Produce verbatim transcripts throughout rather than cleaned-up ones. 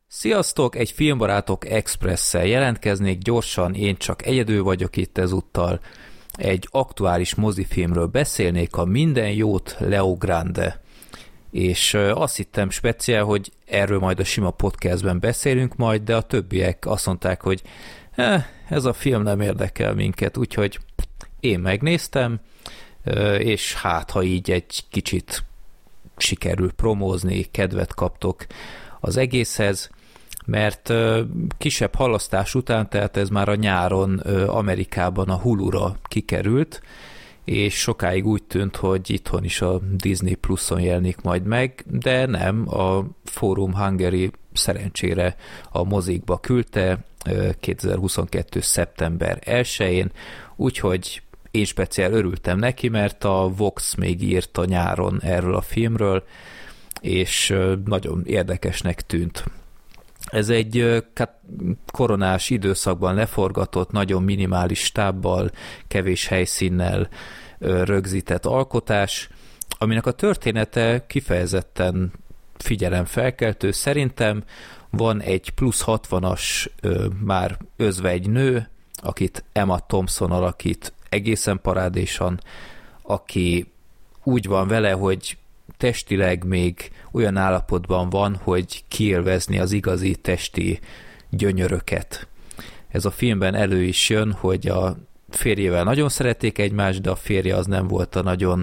Sziasztok! Egy Filmbarátok Expresszel jelentkeznék gyorsan, én csak egyedül vagyok itt ezúttal. Egy aktuális mozifilmről beszélnék, a Minden jót Leo Grande. És azt hittem speciál, hogy erről majd a sima podcastben beszélünk majd, de a többiek azt mondták, hogy eh, ez a film nem érdekel minket, úgyhogy én megnéztem, és hát ha így egy kicsit sikerül promózni, kedvet kaptok az egészhez, mert kisebb halasztás után, tehát ez már a nyáron Amerikában a Hulu-ra kikerült, és sokáig úgy tűnt, hogy itthon is a Disney Pluson jelenik majd meg, de nem, a Forum Hungary szerencsére a mozikba küldte kétezer-huszonkettő. szeptember elsején, úgyhogy én speciál örültem neki, mert a Vox még írt a nyáron erről a filmről, és nagyon érdekesnek tűnt. Ez egy koronás időszakban leforgatott, nagyon minimális stábbal, kevés helyszínnel rögzített alkotás, aminek a története kifejezetten figyelemfelkeltő. Szerintem van egy plusz hatvanas már özvegy nő, akit Emma Thompson alakít egészen parádésan, aki úgy van vele, hogy testileg még olyan állapotban van, hogy kiélvezni az igazi testi gyönyöröket. Ez a filmben elő is jön, hogy a férjével nagyon szerették egymást, de a férje az nem volt a nagyon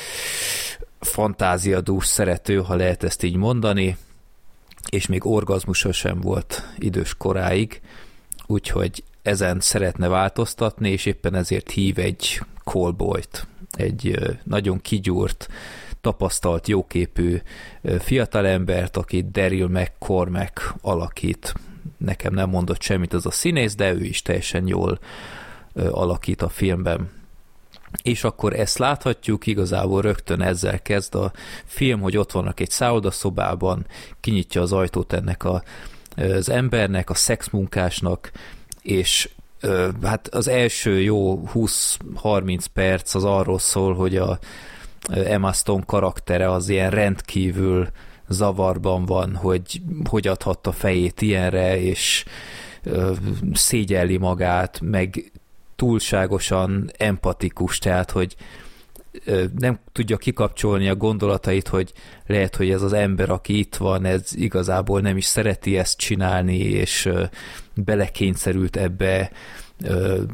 fantáziadús szerető, ha lehet ezt így mondani, és még orgazmusa sem volt idős koráig, úgyhogy ezen szeretne változtatni, és éppen ezért hív egy callboyt, egy nagyon kigyúrt, tapasztalt, jóképű fiatalembert, aki Daryl McCormack alakít. Nekem nem mondott semmit az a színész, de ő is teljesen jól alakít a filmben. És akkor ezt láthatjuk, igazából rögtön ezzel kezd a film, hogy ott vannak egy szállodaszobában, kinyitja az ajtót ennek a, az embernek, a szexmunkásnak, és hát az első jó húsz-harminc perc az arról szól, hogy a Emma Stone karaktere az ilyen rendkívül zavarban van, hogy hogy adhatta fejét ilyenre, és ö, szégyelli magát, meg túlságosan empatikus, tehát, hogy ö, nem tudja kikapcsolni a gondolatait, hogy lehet, hogy ez az ember, aki itt van, ez igazából nem is szereti ezt csinálni, és ö, belekényszerült ebbe, ö,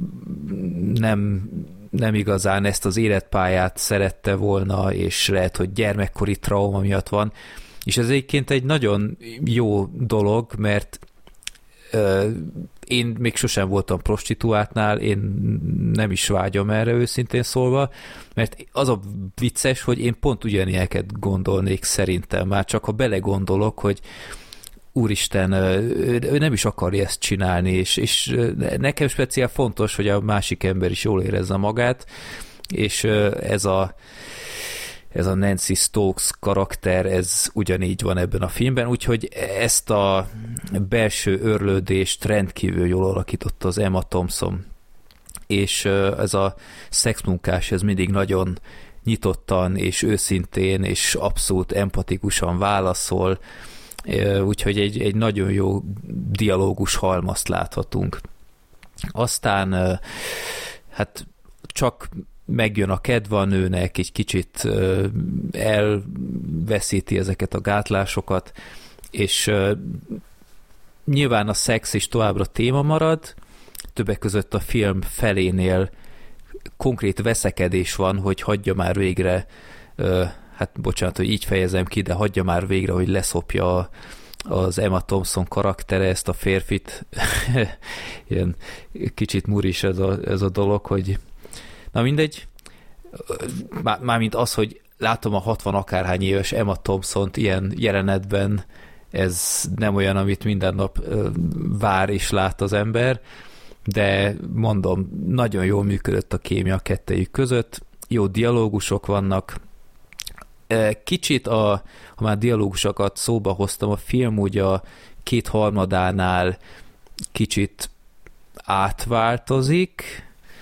nem nem igazán ezt az életpályát szerette volna, és lehet, hogy gyermekkori trauma miatt van, és ez egyébként egy nagyon jó dolog, mert euh, én még sosem voltam prostituáltnál, én nem is vágyom erre őszintén szólva, mert az a vicces, hogy én pont ugyanilyeneket gondolnék szerintem, már csak ha belegondolok, hogy úristen, ő nem is akarja ezt csinálni, és, és nekem speciál fontos, hogy a másik ember is jól érezze magát, és ez a, ez a Nancy Stokes karakter, ez ugyanígy van ebben a filmben, úgyhogy ezt a belső őrlődést rendkívül jól alakította az Emma Thompson. És ez a szexmunkás, ez mindig nagyon nyitottan és őszintén és abszolút empatikusan válaszol, úgyhogy egy, egy nagyon jó dialógus halmazt láthatunk. Aztán hát csak megjön a kedve a nőnek, egy kicsit elveszíti ezeket a gátlásokat, és nyilván a szex is továbbra téma marad, többek között a film felénél konkrét veszekedés van, hogy hagyja már végre, hát bocsánat, hogy így fejezem ki, de hagyja már végre, hogy leszopja az Emma Thompson karaktere ezt a férfit. Ilyen kicsit muris ez a, ez a dolog, hogy na mindegy, mármint az, hogy látom a hatvan akárhány éves Emma Thompsont ilyen jelenetben, ez nem olyan, amit minden nap vár és lát az ember, de mondom, nagyon jól működött a kémia a kettejük között, jó dialógusok vannak. Kicsit, a, ha már dialógusokat szóba hoztam, a film ugye a kétharmadánál kicsit átváltozik,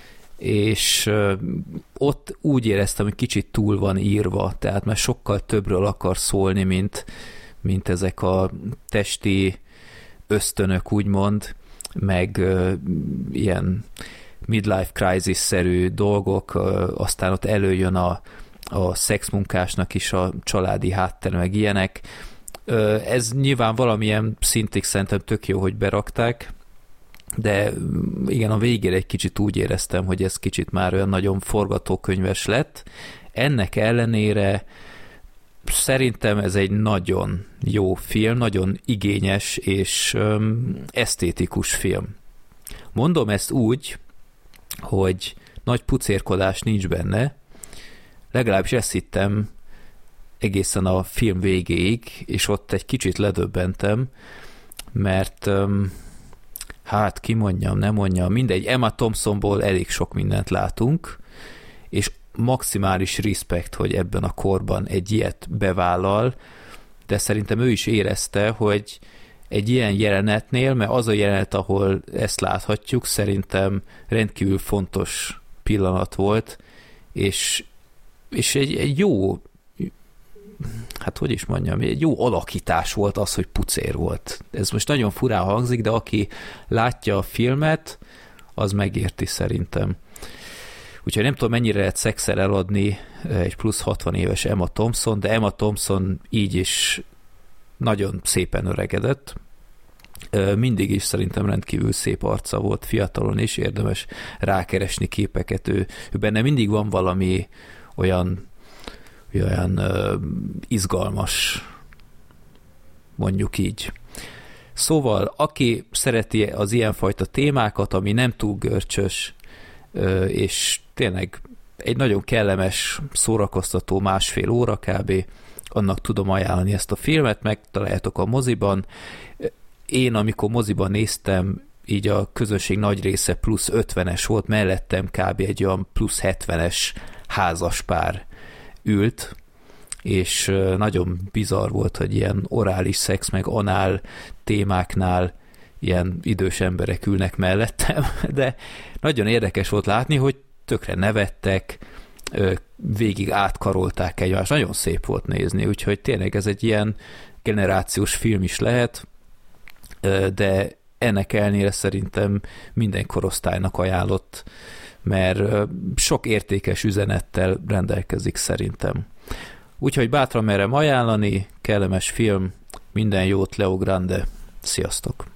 és ott úgy éreztem, hogy kicsit túl van írva, tehát már sokkal többről akar szólni, mint, mint ezek a testi ösztönök, úgymond, meg ö, ilyen midlife crisis-szerű dolgok, ö, aztán ott előjön a, a szexmunkásnak is a családi háttér, meg ilyenek. Ö, ez nyilván valamilyen szintig szerintem tök jó, hogy berakták, de igen, a végére egy kicsit úgy éreztem, hogy ez kicsit már olyan nagyon forgatókönyves lett. Ennek ellenére szerintem ez egy nagyon jó film, nagyon igényes és öm, esztétikus film. Mondom ezt úgy, hogy nagy pucérkodás nincs benne, legalábbis ezt hittem egészen a film végéig, és ott egy kicsit ledöbbentem, mert öm, hát ki mondjam, nem mondjam, mindegy, Emma Thompsonból elég sok mindent látunk, és maximális respekt, hogy ebben a korban egy ilyet bevállal, de szerintem ő is érezte, hogy egy ilyen jelenetnél, mert az a jelenet, ahol ezt láthatjuk, szerintem rendkívül fontos pillanat volt, és, és egy, egy jó, hát hogy is mondjam, egy jó alakítás volt az, hogy pucér volt. Ez most nagyon furán hangzik, de aki látja a filmet, az megérti szerintem. Úgyhogy nem tudom, mennyire lehet szexel eladni egy plusz hatvan éves Emma Thompson, de Emma Thompson így is nagyon szépen öregedett. Mindig is szerintem rendkívül szép arca volt, fiatalon is érdemes rákeresni képeket. Ő, ő benne mindig van valami olyan, olyan uh, izgalmas, mondjuk így. Szóval, aki szereti az ilyenfajta témákat, ami nem túl görcsös, uh, és tényleg egy nagyon kellemes, szórakoztató másfél óra kb. Annak tudom ajánlani ezt a filmet, megtaláljátok a moziban. Én, amikor moziban néztem, így a közönség nagy része plusz ötvenes volt, mellettem kb. Egy olyan plusz hetvenes házas pár ült, és nagyon bizarr volt, hogy ilyen orális szex, meg anál témáknál ilyen idős emberek ülnek mellettem, de nagyon érdekes volt látni, hogy tökre nevettek, végig átkarolták egymást, nagyon szép volt nézni, úgyhogy tényleg ez egy ilyen generációs film is lehet, de ennek ellenére szerintem minden korosztálynak ajánlott, mert sok értékes üzenettel rendelkezik szerintem. Úgyhogy bátran merem ajánlani, kellemes film, minden jót, Leo Grande, sziasztok!